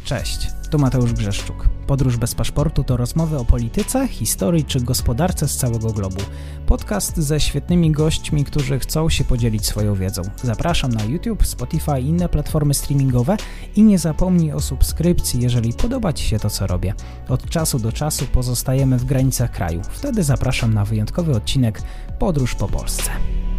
Cześć, tu Mateusz Brzeszczuk. Podróż bez paszportu to rozmowy o polityce, historii czy gospodarce z całego globu. Podcast ze świetnymi gośćmi, którzy chcą się podzielić swoją wiedzą. Zapraszam na YouTube, Spotify i inne platformy streamingowe i nie zapomnij o subskrypcji, jeżeli podoba Ci się to, co robię. Od czasu do czasu pozostajemy w granicach kraju. Wtedy zapraszam na wyjątkowy odcinek Podróż po Polsce.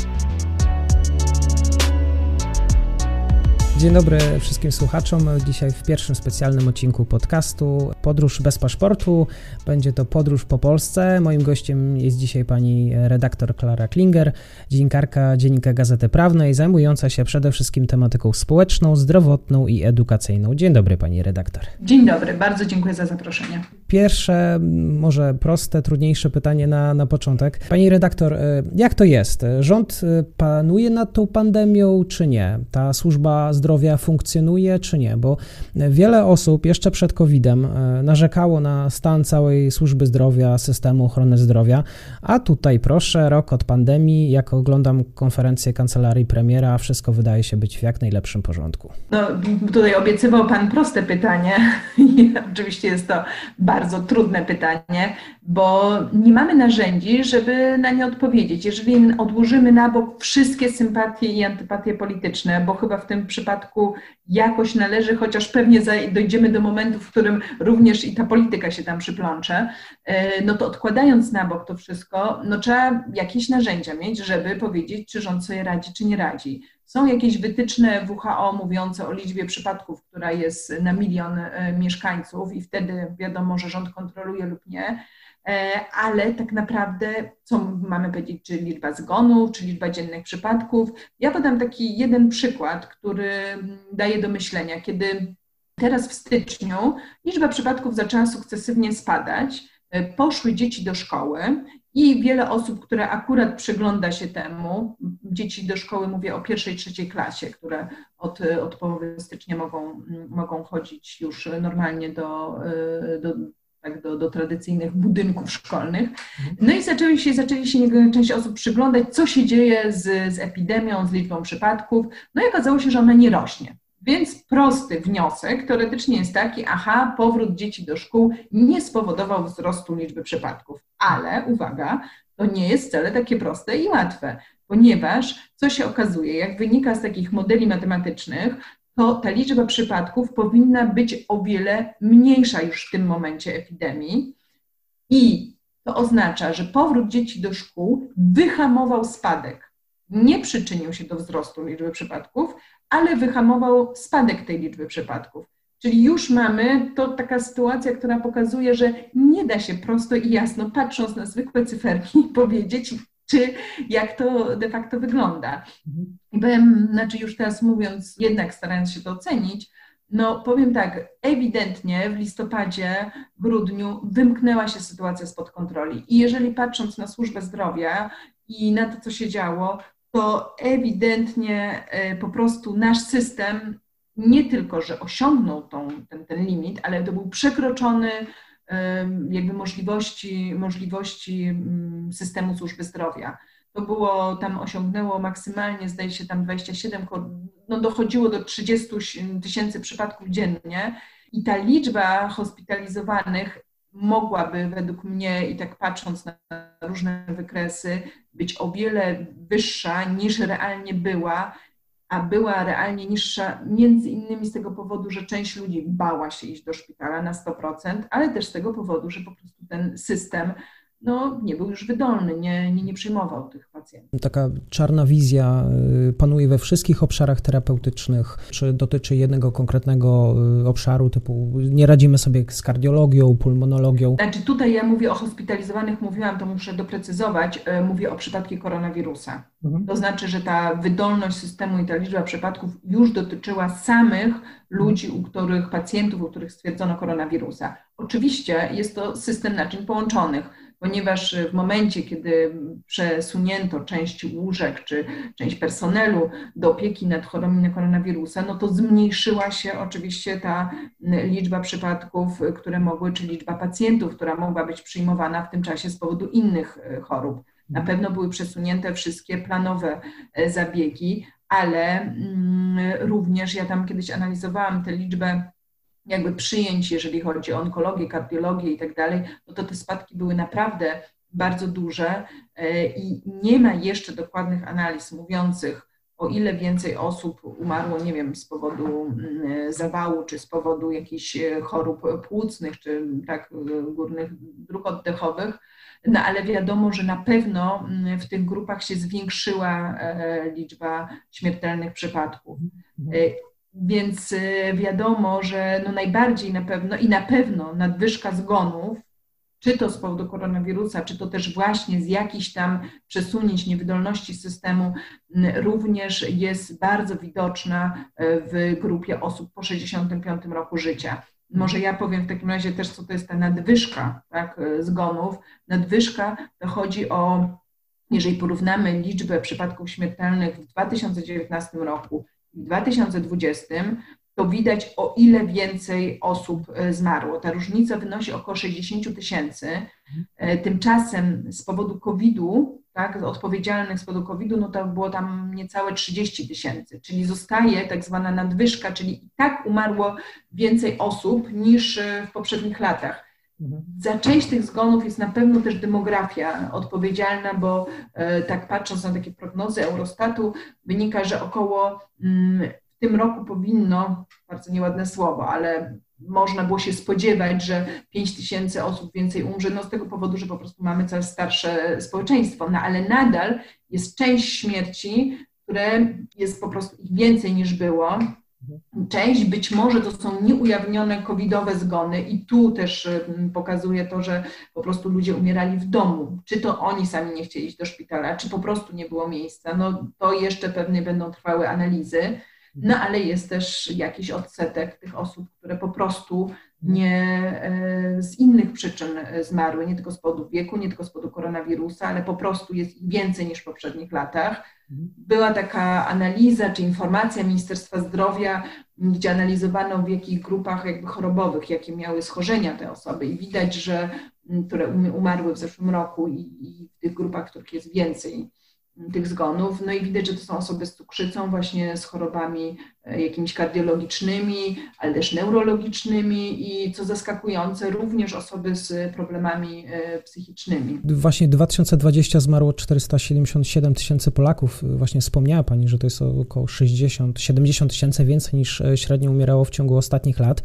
Dzień dobry wszystkim słuchaczom. Dzisiaj w pierwszym specjalnym odcinku podcastu Podróż bez paszportu. Będzie to podróż po Polsce. Moim gościem jest dzisiaj pani redaktor Klara Klinger, dziennikarka Dziennika Gazety Prawnej, zajmująca się przede wszystkim tematyką społeczną, zdrowotną i edukacyjną. Dzień dobry pani redaktor. Dzień dobry, bardzo dziękuję za zaproszenie. Pierwsze, może proste, trudniejsze pytanie na początek. Pani redaktor, jak to jest? Rząd panuje nad tą pandemią, czy nie? Ta służba zdrowia funkcjonuje, czy nie? Bo wiele osób jeszcze przed COVID-em narzekało na stan całej służby zdrowia, systemu ochrony zdrowia, a tutaj proszę, rok od pandemii, jak oglądam konferencję kancelarii premiera, wszystko wydaje się być w jak najlepszym porządku. No, tutaj obiecywał pan proste pytanie i oczywiście jest to bardzo trudne pytanie, bo nie mamy narzędzi, żeby na nie odpowiedzieć. Jeżeli odłożymy na bok wszystkie sympatie i antypatie polityczne, bo chyba w tym przypadku jakoś należy, chociaż pewnie dojdziemy do momentu, w którym również i ta polityka się tam przyplącze, no to odkładając na bok to wszystko, no trzeba jakieś narzędzia mieć, żeby powiedzieć, czy rząd sobie radzi, czy nie radzi. Są jakieś wytyczne WHO mówiące o liczbie przypadków, która jest na 1 milion mieszkańców i wtedy wiadomo, że rząd kontroluje lub nie, ale tak naprawdę co mamy powiedzieć, czy liczba zgonów, czy liczba dziennych przypadków. Ja podam taki jeden przykład, który daje do myślenia. Kiedy teraz w styczniu liczba przypadków zaczęła sukcesywnie spadać, poszły dzieci do szkoły i wiele osób, które akurat przygląda się temu, dzieci do szkoły, mówię o 1. i 3. klasie, które od połowy stycznia mogą chodzić już normalnie do tradycyjnych budynków szkolnych. No i zaczęli się część osób przyglądać, co się dzieje z epidemią, z liczbą przypadków. No i okazało się, że ona nie rośnie. Więc prosty wniosek teoretycznie jest taki, powrót dzieci do szkół nie spowodował wzrostu liczby przypadków. Ale uwaga, to nie jest wcale takie proste i łatwe, ponieważ co się okazuje, jak wynika z takich modeli matematycznych, to ta liczba przypadków powinna być o wiele mniejsza już w tym momencie epidemii i to oznacza, że powrót dzieci do szkół wyhamował spadek. Nie przyczynił się do wzrostu liczby przypadków, ale wyhamował spadek tej liczby przypadków. Czyli już mamy to taka sytuacja, która pokazuje, że nie da się prosto i jasno, patrząc na zwykłe cyferki, powiedzieć, jak to de facto wygląda. I już teraz mówiąc, jednak starając się to ocenić, no powiem tak, ewidentnie w listopadzie, grudniu wymknęła się sytuacja spod kontroli. I jeżeli patrząc na służbę zdrowia i na to, co się działo, to ewidentnie po prostu nasz system nie tylko, że osiągnął ten limit, ale to był przekroczony jakby możliwości systemu służby zdrowia. To było, tam osiągnęło maksymalnie, zdaje się tam 27, no dochodziło do 30 000 przypadków dziennie i ta liczba hospitalizowanych mogłaby według mnie, i tak patrząc na różne wykresy, być o wiele wyższa niż realnie była, a była realnie niższa między innymi z tego powodu, że część ludzi bała się iść do szpitala na 100%, ale też z tego powodu, że po prostu ten system nie był już wydolny, nie przyjmował tych pacjentów. Taka czarna wizja panuje we wszystkich obszarach terapeutycznych, czy dotyczy jednego konkretnego obszaru, typu nie radzimy sobie z kardiologią, pulmonologią? Znaczy tutaj ja mówię o hospitalizowanych, mówiłam, to muszę doprecyzować, mówię o przypadku koronawirusa. To znaczy, że ta wydolność systemu i ta liczba przypadków już dotyczyła samych ludzi, pacjentów, u których stwierdzono koronawirusa. Oczywiście jest to system naczyń połączonych, ponieważ w momencie, kiedy przesunięto część łóżek czy część personelu do opieki nad chorymi na koronawirusa, no to zmniejszyła się oczywiście ta liczba przypadków, które mogły, czy liczba pacjentów, która mogła być przyjmowana w tym czasie z powodu innych chorób. Na pewno były przesunięte wszystkie planowe zabiegi, ale również ja tam kiedyś analizowałam tę liczbę jakby przyjęć, jeżeli chodzi o onkologię, kardiologię i tak dalej, no to te spadki były naprawdę bardzo duże i nie ma jeszcze dokładnych analiz mówiących, o ile więcej osób umarło, nie wiem, z powodu zawału, czy z powodu jakichś chorób płucnych, czy tak górnych dróg oddechowych, no ale wiadomo, że na pewno w tych grupach się zwiększyła liczba śmiertelnych przypadków. Więc wiadomo, że no najbardziej na pewno nadwyżka zgonów, czy to z powodu koronawirusa, czy to też właśnie z jakichś tam przesunięć niewydolności systemu, również jest bardzo widoczna w grupie osób po 65 roku życia. Może ja powiem w takim razie też, co to jest ta nadwyżka, tak, zgonów. Nadwyżka to chodzi o, jeżeli porównamy liczbę przypadków śmiertelnych w 2019 roku i w 2020, to widać, o ile więcej osób zmarło. Ta różnica wynosi około 60 000. Tymczasem z powodu COVID-u, tak, odpowiedzialnych z powodu COVID-u, no to było tam niecałe 30 000, czyli zostaje tak zwana nadwyżka, czyli i tak umarło więcej osób niż w poprzednich latach. Za część tych zgonów jest na pewno też demografia odpowiedzialna, bo tak patrząc na takie prognozy Eurostatu, wynika, że około w tym roku powinno, bardzo nieładne słowo, ale można było się spodziewać, że 5 000 osób więcej umrze, no z tego powodu, że po prostu mamy coraz starsze społeczeństwo, no ale nadal jest część śmierci, które jest po prostu ich więcej niż było. Część być może to są nieujawnione covidowe zgony i tu też pokazuje to, że po prostu ludzie umierali w domu. Czy to oni sami nie chcieli iść do szpitala, czy po prostu nie było miejsca. No to jeszcze pewnie będą trwały analizy. No ale jest też jakiś odsetek tych osób, które po prostu z innych przyczyn zmarły, nie tylko z powodu wieku, nie tylko z powodu koronawirusa, ale po prostu jest ich więcej niż w poprzednich latach. Była taka analiza czy informacja Ministerstwa Zdrowia, gdzie analizowano w jakich grupach jakby chorobowych, jakie miały schorzenia te osoby i widać, że które umarły w zeszłym roku i w tych grupach, w których jest więcej tych zgonów. No i widać, że to są osoby z cukrzycą, właśnie z chorobami jakimiś kardiologicznymi, ale też neurologicznymi i co zaskakujące, również osoby z problemami psychicznymi. Właśnie 2020 zmarło 477 000 Polaków. Właśnie wspomniała Pani, że to jest około 60-70 000 więcej niż średnio umierało w ciągu ostatnich lat.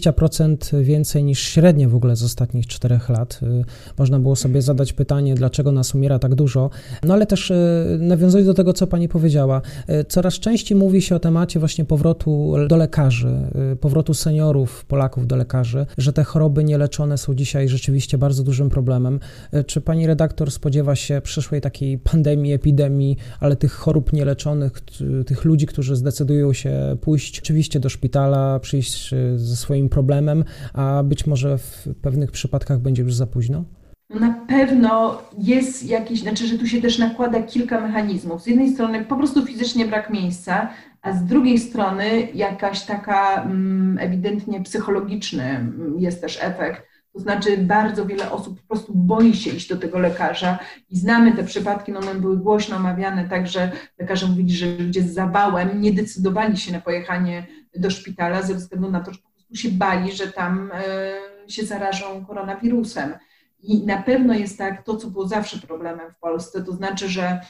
20% więcej niż średnio w ogóle z ostatnich 4 lat. Można było sobie zadać pytanie, dlaczego nas umiera tak dużo. No ale też nawiązując do tego, co Pani powiedziała, coraz częściej mówi się o temacie właśnie powrotu do lekarzy, powrotu seniorów, Polaków do lekarzy, że te choroby nieleczone są dzisiaj rzeczywiście bardzo dużym problemem. Czy Pani redaktor spodziewa się przyszłej takiej pandemii, epidemii, ale tych chorób nieleczonych, tych ludzi, którzy zdecydują się pójść oczywiście do szpitala, przyjść ze swoim problemem, a być może w pewnych przypadkach będzie już za późno? Na pewno jest jakiś, znaczy, że tu się też nakłada kilka mechanizmów. Z jednej strony po prostu fizycznie brak miejsca, a z drugiej strony jakaś taka ewidentnie psychologiczny jest też efekt. To znaczy bardzo wiele osób po prostu boi się iść do tego lekarza i znamy te przypadki, no one były głośno omawiane, tak, że lekarze mówili, że ludzie z zawałem nie decydowali się na pojechanie do szpitala ze względu na to, że po prostu się bali, że tam się zarażą koronawirusem. I na pewno jest tak, to co było zawsze problemem w Polsce, to znaczy, że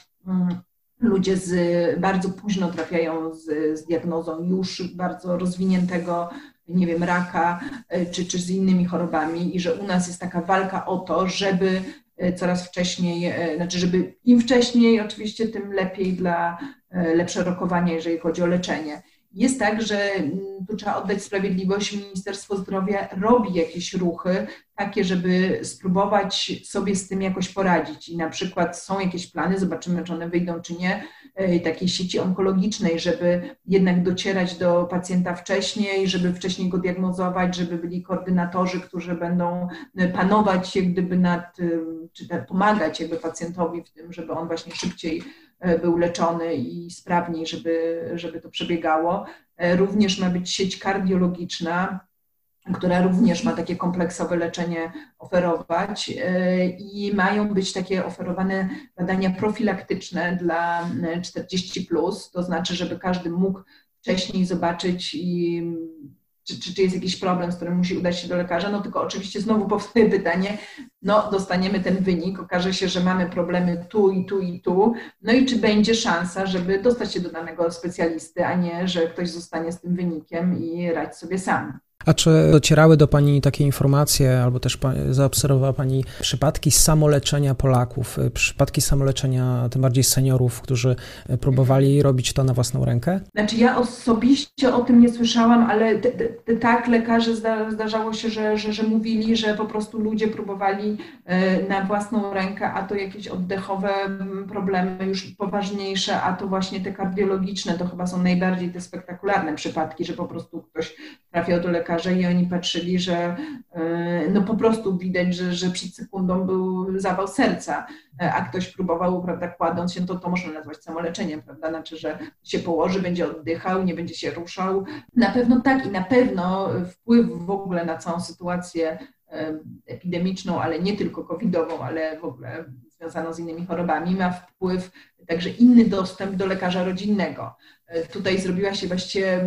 ludzie bardzo późno trafiają z diagnozą już bardzo rozwiniętego, nie wiem, raka czy z innymi chorobami i że u nas jest taka walka o to, żeby coraz wcześniej, znaczy żeby im wcześniej oczywiście, tym lepiej dla lepsze rokowanie, jeżeli chodzi o leczenie. Jest tak, że tu trzeba oddać sprawiedliwość, Ministerstwo Zdrowia robi jakieś ruchy takie, żeby spróbować sobie z tym jakoś poradzić i na przykład są jakieś plany, zobaczymy, czy one wyjdą, czy nie, takiej sieci onkologicznej, żeby jednak docierać do pacjenta wcześniej, żeby wcześniej go diagnozować, żeby byli koordynatorzy, którzy będą panować jak gdyby nad, czy pomagać jakby pacjentowi w tym, żeby on właśnie szybciej był leczony i sprawniej, żeby to przebiegało. Również ma być sieć kardiologiczna, która również ma takie kompleksowe leczenie oferować i mają być takie oferowane badania profilaktyczne dla 40+, to znaczy, żeby każdy mógł wcześniej zobaczyć i czy jest jakiś problem, z którym musi udać się do lekarza, no tylko oczywiście znowu powstaje pytanie, no dostaniemy ten wynik, okaże się, że mamy problemy tu i tu i tu, no i czy będzie szansa, żeby dostać się do danego specjalisty, a nie, że ktoś zostanie z tym wynikiem i radź sobie sam. A czy docierały do Pani takie informacje, albo też zaobserwowała Pani przypadki samoleczenia Polaków, przypadki samoleczenia tym bardziej seniorów, którzy próbowali robić to na własną rękę? Znaczy ja osobiście o tym nie słyszałam, ale tak lekarze zdarzało się, że mówili, że po prostu ludzie próbowali na własną rękę, a to jakieś oddechowe problemy już poważniejsze, a to właśnie te kardiologiczne, to chyba są najbardziej te spektakularne przypadki, że po prostu ktoś trafiał do lekarza i oni patrzyli, że no po prostu widać, że przed sekundą był zawał serca, a ktoś próbował, prawda, kładąc się, to można nazwać samoleczeniem, prawda, znaczy, że się położy, będzie oddychał, nie będzie się ruszał. Na pewno tak i na pewno wpływ w ogóle na całą sytuację epidemiczną, ale nie tylko covidową, ale w ogóle związaną z innymi chorobami, ma wpływ także inny dostęp do lekarza rodzinnego. Tutaj zrobiła się właściwie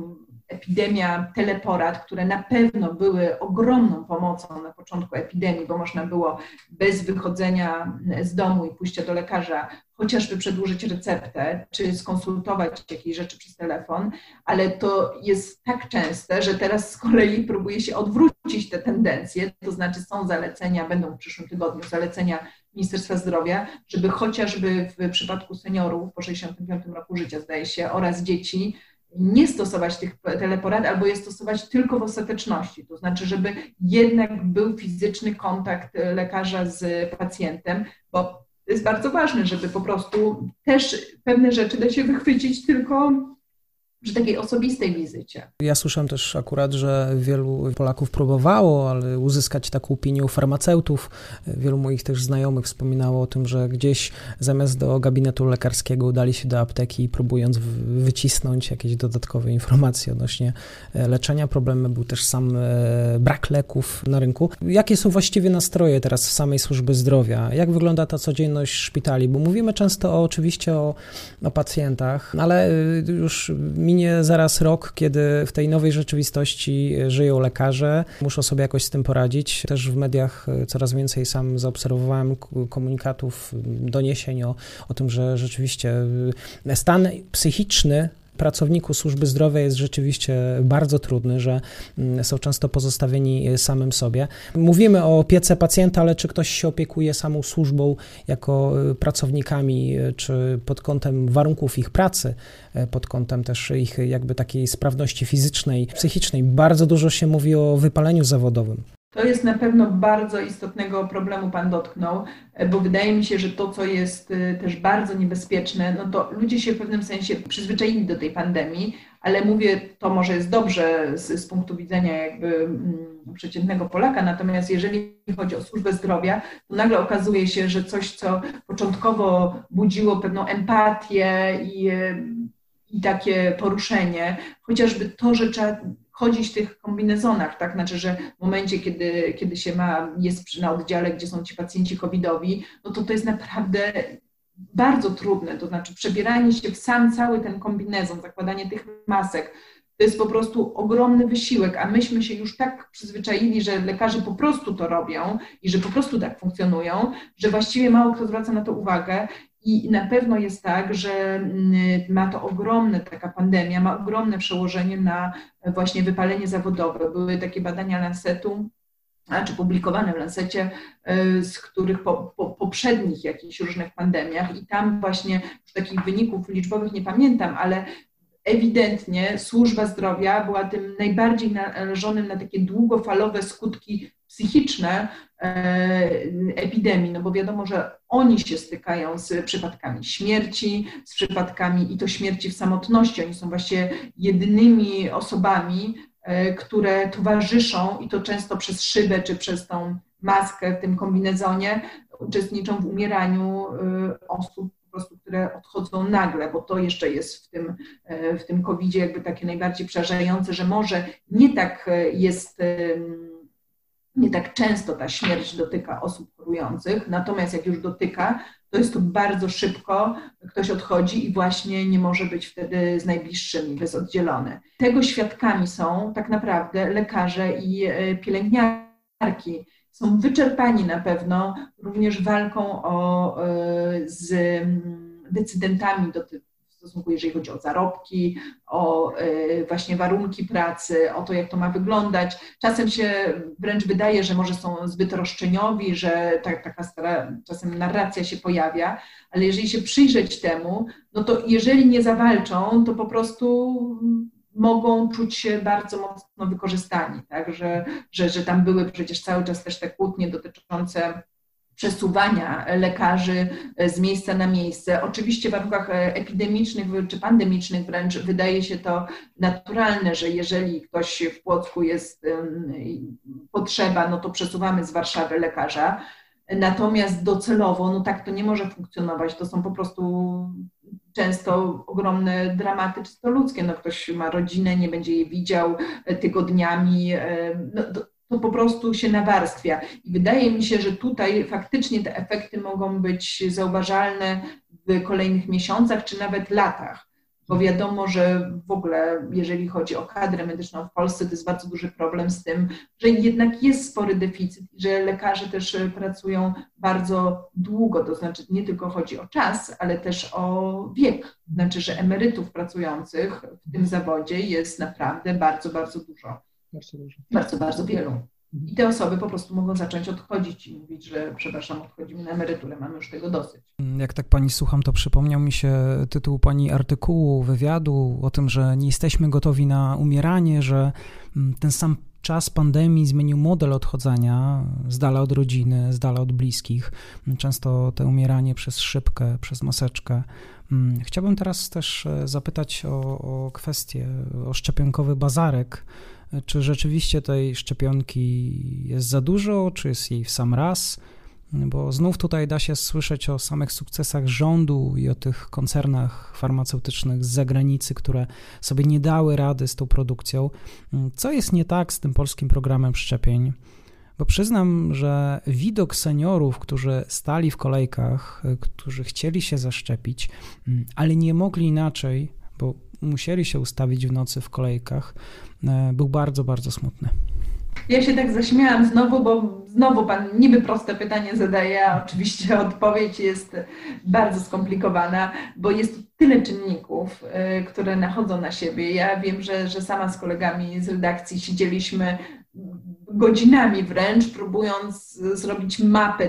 epidemia teleporad, które na pewno były ogromną pomocą na początku epidemii, bo można było bez wychodzenia z domu i pójścia do lekarza chociażby przedłużyć receptę, czy skonsultować jakieś rzeczy przez telefon, ale to jest tak częste, że teraz z kolei próbuje się odwrócić te tendencje, to znaczy są zalecenia, będą w przyszłym tygodniu zalecenia Ministerstwa Zdrowia, żeby chociażby w przypadku seniorów po 65 roku życia, zdaje się, oraz dzieci, nie stosować tych teleporad albo je stosować tylko w ostateczności. To znaczy, żeby jednak był fizyczny kontakt lekarza z pacjentem, bo to jest bardzo ważne, żeby po prostu też pewne rzeczy da się wychwycić tylko przy takiej osobistej wizycie. Ja słyszałem też akurat, że wielu Polaków próbowało, ale uzyskać taką opinię u farmaceutów. Wielu moich też znajomych wspominało o tym, że gdzieś zamiast do gabinetu lekarskiego udali się do apteki, próbując wycisnąć jakieś dodatkowe informacje odnośnie leczenia. Problemem był też sam brak leków na rynku. Jakie są właściwie nastroje teraz w samej służby zdrowia? Jak wygląda ta codzienność szpitali? Bo mówimy często oczywiście o pacjentach, ale już minie zaraz rok, kiedy w tej nowej rzeczywistości żyją lekarze, muszą sobie jakoś z tym poradzić. Też w mediach coraz więcej sam zaobserwowałem komunikatów, doniesień o tym, że rzeczywiście stan psychiczny pracowników służby zdrowia jest rzeczywiście bardzo trudny, że są często pozostawieni samym sobie. Mówimy o opiece pacjenta, ale czy ktoś się opiekuje samą służbą jako pracownikami, czy pod kątem warunków ich pracy, pod kątem też ich jakby takiej sprawności fizycznej, psychicznej. Bardzo dużo się mówi o wypaleniu zawodowym. To jest na pewno bardzo istotnego problemu Pan dotknął, bo wydaje mi się, że to, co jest też bardzo niebezpieczne, no to ludzie się w pewnym sensie przyzwyczaili do tej pandemii, ale mówię, to może jest dobrze z punktu widzenia jakby przeciętnego Polaka, natomiast jeżeli chodzi o służbę zdrowia, to nagle okazuje się, że coś, co początkowo budziło pewną empatię i takie poruszenie, chociażby to, że trzeba chodzić w tych kombinezonach, tak? Znaczy, że w momencie, kiedy się jest na oddziale, gdzie są ci pacjenci covidowi, no to jest naprawdę bardzo trudne, to znaczy przebieranie się w cały ten kombinezon, zakładanie tych masek, to jest po prostu ogromny wysiłek, a myśmy się już tak przyzwyczaili, że lekarze po prostu to robią i że po prostu tak funkcjonują, że właściwie mało kto zwraca na to uwagę. I na pewno jest tak, że ma to taka pandemia ma ogromne przełożenie na właśnie wypalenie zawodowe. Były takie badania Lancetu, czy publikowane w Lancecie, z których po poprzednich jakichś różnych pandemiach i tam właśnie już takich wyników liczbowych nie pamiętam, ale ewidentnie służba zdrowia była tym najbardziej narażonym na takie długofalowe skutki psychiczne epidemii, no bo wiadomo, że oni się stykają z przypadkami śmierci, z przypadkami i to śmierci w samotności. Oni są właśnie jedynymi osobami, które towarzyszą i to często przez szybę czy przez tą maskę w tym kombinezonie uczestniczą w umieraniu osób, po prostu, które odchodzą nagle, bo to jeszcze jest w tym COVID-zie jakby takie najbardziej przerażające, że może nie tak często ta śmierć dotyka osób chorujących, natomiast jak już dotyka, to jest to bardzo szybko, ktoś odchodzi i właśnie nie może być wtedy z najbliższymi, jest oddzielony. Tego świadkami są tak naprawdę lekarze i pielęgniarki. Są wyczerpani na pewno również walką z decydentami w stosunku, jeżeli chodzi o zarobki, o właśnie warunki pracy, o to, jak to ma wyglądać. Czasem się wręcz wydaje, że może są zbyt roszczeniowi, że taka stara czasem narracja się pojawia, ale jeżeli się przyjrzeć temu, no to jeżeli nie zawalczą, to po prostu mogą czuć się bardzo mocno wykorzystani, tak? Że tam były przecież cały czas też te kłótnie dotyczące przesuwania lekarzy z miejsca na miejsce. Oczywiście w warunkach epidemicznych czy pandemicznych wręcz wydaje się to naturalne, że jeżeli ktoś w Płocku jest potrzeba, no to przesuwamy z Warszawy lekarza. Natomiast docelowo, no tak to nie może funkcjonować. To są po prostu często ogromne dramaty czysto ludzkie. No ktoś ma rodzinę, nie będzie jej widział tygodniami. No, to po prostu się nawarstwia. I wydaje mi się, że tutaj faktycznie te efekty mogą być zauważalne w kolejnych miesiącach czy nawet latach. Bo wiadomo, że w ogóle, jeżeli chodzi o kadrę medyczną w Polsce, to jest bardzo duży problem z tym, że jednak jest spory deficyt, że lekarze też pracują bardzo długo, to znaczy nie tylko chodzi o czas, ale też o wiek. Znaczy, że emerytów pracujących w tym zawodzie jest naprawdę bardzo, bardzo dużo. Bardzo, bardzo wielu. I te osoby po prostu mogą zacząć odchodzić i mówić, że przepraszam, odchodzimy na emeryturę, mamy już tego dosyć. Jak tak pani słucham, to przypomniał mi się tytuł pani artykułu, wywiadu o tym, że nie jesteśmy gotowi na umieranie, że ten sam czas pandemii zmienił model odchodzenia z dala od rodziny, z dala od bliskich. Często to umieranie przez szybkę, przez maseczkę. Chciałbym teraz też zapytać o kwestię, o szczepionkowy bazarek. Czy rzeczywiście tej szczepionki jest za dużo, czy jest jej w sam raz? Bo znów tutaj da się słyszeć o samych sukcesach rządu i o tych koncernach farmaceutycznych z zagranicy, które sobie nie dały rady z tą produkcją. Co jest nie tak z tym polskim programem szczepień? Bo przyznam, że widok seniorów, którzy stali w kolejkach, którzy chcieli się zaszczepić, ale nie mogli inaczej, bo musieli się ustawić w nocy w kolejkach, był bardzo, bardzo smutny. Ja się tak zaśmiałam znowu, bo znowu pan niby proste pytanie zadaje, a oczywiście odpowiedź jest bardzo skomplikowana, bo jest tyle czynników, które nachodzą na siebie. Ja wiem, że sama z kolegami z redakcji siedzieliśmy godzinami wręcz, próbując zrobić mapę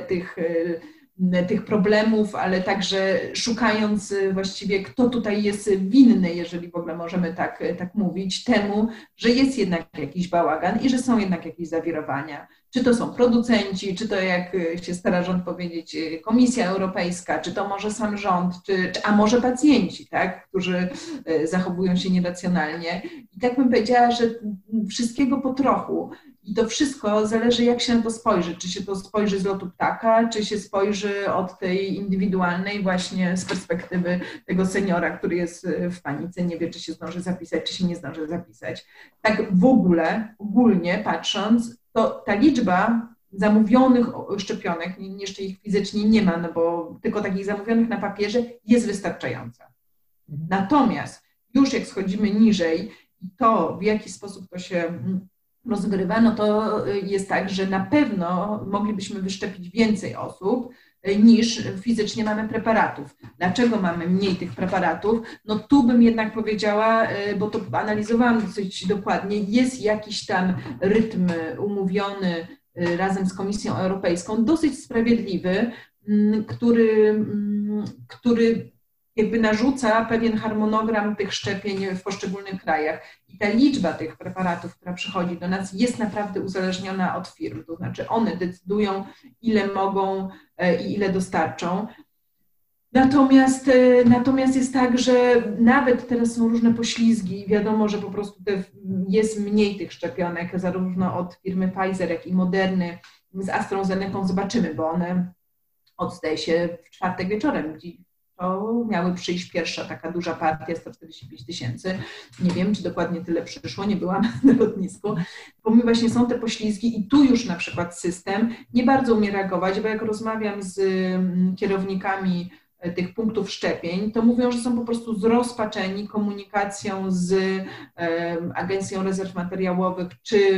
tych problemów, ale także szukając właściwie, kto tutaj jest winny, jeżeli w ogóle możemy tak mówić, temu, że jest jednak jakiś bałagan i że są jednak jakieś zawirowania. Czy to są producenci, czy to, jak się stara rząd powiedzieć, Komisja Europejska, czy to może sam rząd, a może pacjenci, tak, którzy zachowują się nieracjonalnie. I tak bym powiedziała, że wszystkiego po trochu. I to wszystko zależy, jak się na to spojrzy. Czy się to spojrzy z lotu ptaka, czy się spojrzy od tej indywidualnej właśnie z perspektywy tego seniora, który jest w panice, nie wie, czy się zdąży zapisać, czy się nie zdąży zapisać. Tak w ogóle, ogólnie patrząc, to ta liczba zamówionych szczepionek, jeszcze ich fizycznie nie ma, no bo tylko takich zamówionych na papierze jest wystarczająca. Natomiast już jak schodzimy niżej i to, w jaki sposób to się rozgrywa, no to jest tak, że na pewno moglibyśmy wyszczepić więcej osób niż fizycznie mamy preparatów. Dlaczego mamy mniej tych preparatów? No tu bym jednak powiedziała, bo to analizowałam dosyć dokładnie, jest jakiś tam rytm umówiony razem z Komisją Europejską, dosyć sprawiedliwy, który jakby narzuca pewien harmonogram tych szczepień w poszczególnych krajach. I ta liczba tych preparatów, która przychodzi do nas, jest naprawdę uzależniona od firm. To znaczy one decydują, ile mogą i ile dostarczą. Natomiast jest tak, że nawet teraz są różne poślizgi i wiadomo, że po prostu jest mniej tych szczepionek, zarówno od firmy Pfizer, jak i Moderny. Z AstraZeneką zobaczymy, bo one, zdaje się, w czwartek wieczorem, to miały przyjść pierwsza taka duża partia, 145 000. Nie wiem, czy dokładnie tyle przyszło, nie byłam na lotnisku. Bo my właśnie są te poślizgi i tu już na przykład system nie bardzo umie reagować, bo jak rozmawiam z kierownikami tych punktów szczepień, to mówią, że są po prostu zrozpaczeni komunikacją z Agencją Rezerw Materiałowych,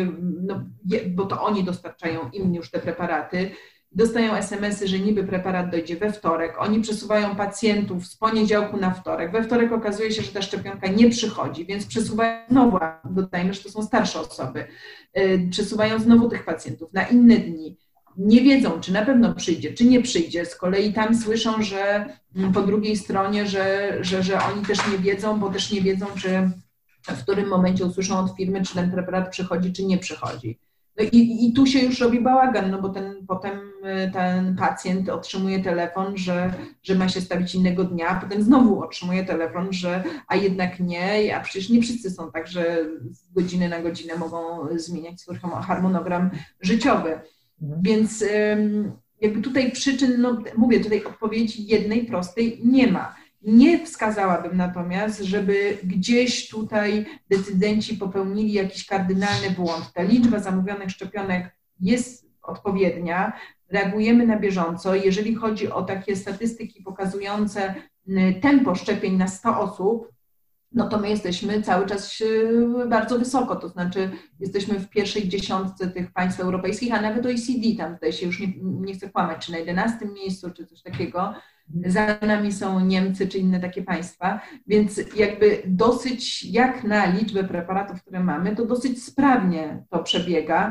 bo to oni dostarczają im już te preparaty. Dostają SMS-y, że niby preparat dojdzie we wtorek. Oni przesuwają pacjentów z poniedziałku na wtorek. We wtorek okazuje się, że ta szczepionka nie przychodzi, więc przesuwają znowu, dodajmy, że to są starsze osoby, przesuwają znowu tych pacjentów na inne dni. Nie wiedzą, czy na pewno przyjdzie, czy nie przyjdzie. Z kolei tam słyszą, że po drugiej stronie, że oni też nie wiedzą, bo też nie wiedzą, czy w którym momencie usłyszą od firmy, czy ten preparat przychodzi, czy nie przychodzi. No i tu się już robi bałagan, no bo potem ten pacjent otrzymuje telefon, że ma się stawić innego dnia, a potem znowu otrzymuje telefon, a jednak nie, a przecież nie wszyscy są tak, że z godziny na godzinę mogą zmieniać swój harmonogram życiowy. Więc jakby tutaj przyczyn, no mówię, tutaj odpowiedzi jednej prostej nie ma. Nie wskazałabym natomiast, żeby gdzieś tutaj decydenci popełnili jakiś kardynalny błąd. Ta liczba zamówionych szczepionek jest odpowiednia, reagujemy na bieżąco. Jeżeli chodzi o takie statystyki pokazujące tempo szczepień na 100 osób, no to my jesteśmy cały czas bardzo wysoko, to znaczy jesteśmy w pierwszej dziesiątce tych państw europejskich, a nawet OECD, tam tutaj się już nie chcę kłamać, czy na 11 miejscu, czy coś takiego. Za nami są Niemcy, czy inne takie państwa, więc jakby dosyć, jak na liczbę preparatów, które mamy, to dosyć sprawnie to przebiega.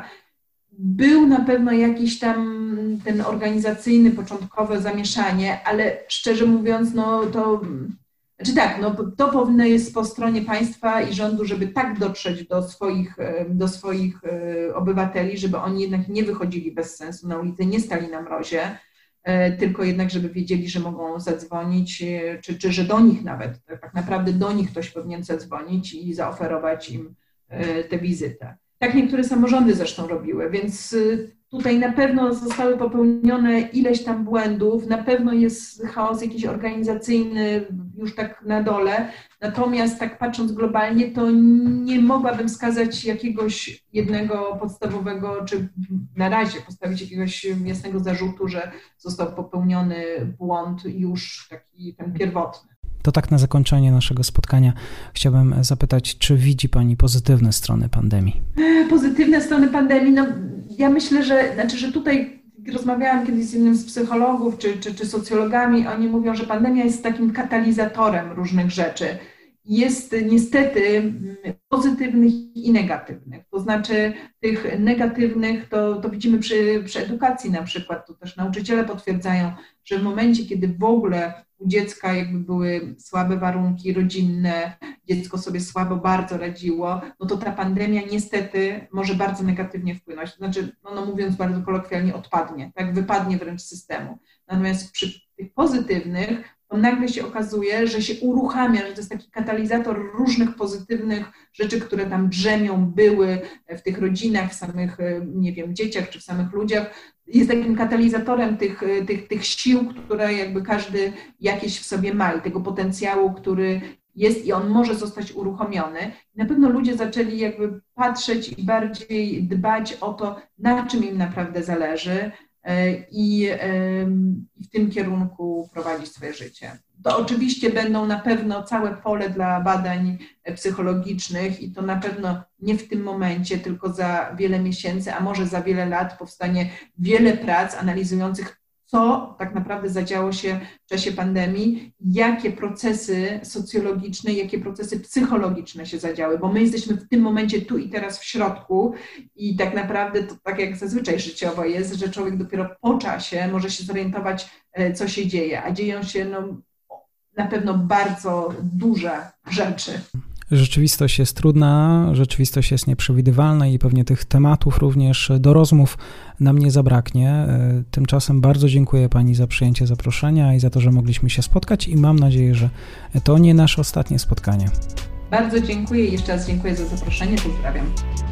Był na pewno jakiś tam ten organizacyjny, początkowe zamieszanie, ale szczerze mówiąc, no to... Znaczy tak, no to powinno jest po stronie państwa i rządu, żeby tak dotrzeć do swoich obywateli, żeby oni jednak nie wychodzili bez sensu na ulicę, nie stali na mrozie, tylko jednak, żeby wiedzieli, że mogą zadzwonić, czy że do nich nawet, tak naprawdę do nich ktoś powinien zadzwonić i zaoferować im tę wizytę. Tak niektóre samorządy zresztą robiły, więc tutaj na pewno zostały popełnione ileś tam błędów, na pewno jest chaos jakiś organizacyjny już tak na dole, natomiast tak patrząc globalnie, to nie mogłabym wskazać jakiegoś jednego podstawowego, czy na razie postawić jakiegoś jasnego zarzutu, że został popełniony błąd już taki ten pierwotny. To tak na zakończenie naszego spotkania chciałbym zapytać, czy widzi Pani pozytywne strony pandemii? Pozytywne strony pandemii, no ja myślę, że tutaj rozmawiałam kiedyś z jednym z psychologów czy socjologami, oni mówią, że pandemia jest takim katalizatorem różnych rzeczy. Jest niestety pozytywnych i negatywnych. To znaczy tych negatywnych to widzimy przy edukacji na przykład, to też nauczyciele potwierdzają, że w momencie, kiedy w ogóle u dziecka jakby były słabe warunki rodzinne, dziecko sobie słabo bardzo radziło, no to ta pandemia niestety może bardzo negatywnie wpłynąć. To znaczy, no mówiąc bardzo kolokwialnie, odpadnie, tak, wypadnie wręcz z systemu. Natomiast przy tych pozytywnych to nagle się okazuje, że się uruchamia, że to jest taki katalizator różnych pozytywnych rzeczy, które tam drzemią, były w tych rodzinach, w samych, nie wiem, dzieciach czy w samych ludziach. Jest takim katalizatorem tych sił, które jakby każdy jakieś w sobie ma i tego potencjału, który jest i on może zostać uruchomiony. Na pewno ludzie zaczęli jakby patrzeć i bardziej dbać o to, na czym im naprawdę zależy, i w tym kierunku prowadzić swoje życie. To oczywiście będą na pewno całe pole dla badań psychologicznych i to na pewno nie w tym momencie, tylko za wiele miesięcy, a może za wiele lat powstanie wiele prac analizujących, co tak naprawdę zadziało się w czasie pandemii, jakie procesy socjologiczne, jakie procesy psychologiczne się zadziały, bo my jesteśmy w tym momencie tu i teraz w środku i tak naprawdę to tak jak zazwyczaj życiowo jest, że człowiek dopiero po czasie może się zorientować, co się dzieje, a dzieją się na pewno bardzo duże rzeczy. Rzeczywistość jest trudna, rzeczywistość jest nieprzewidywalna i pewnie tych tematów również do rozmów nam nie zabraknie. Tymczasem bardzo dziękuję Pani za przyjęcie zaproszenia i za to, że mogliśmy się spotkać i mam nadzieję, że to nie nasze ostatnie spotkanie. Bardzo dziękuję i jeszcze raz dziękuję za zaproszenie. Pozdrawiam.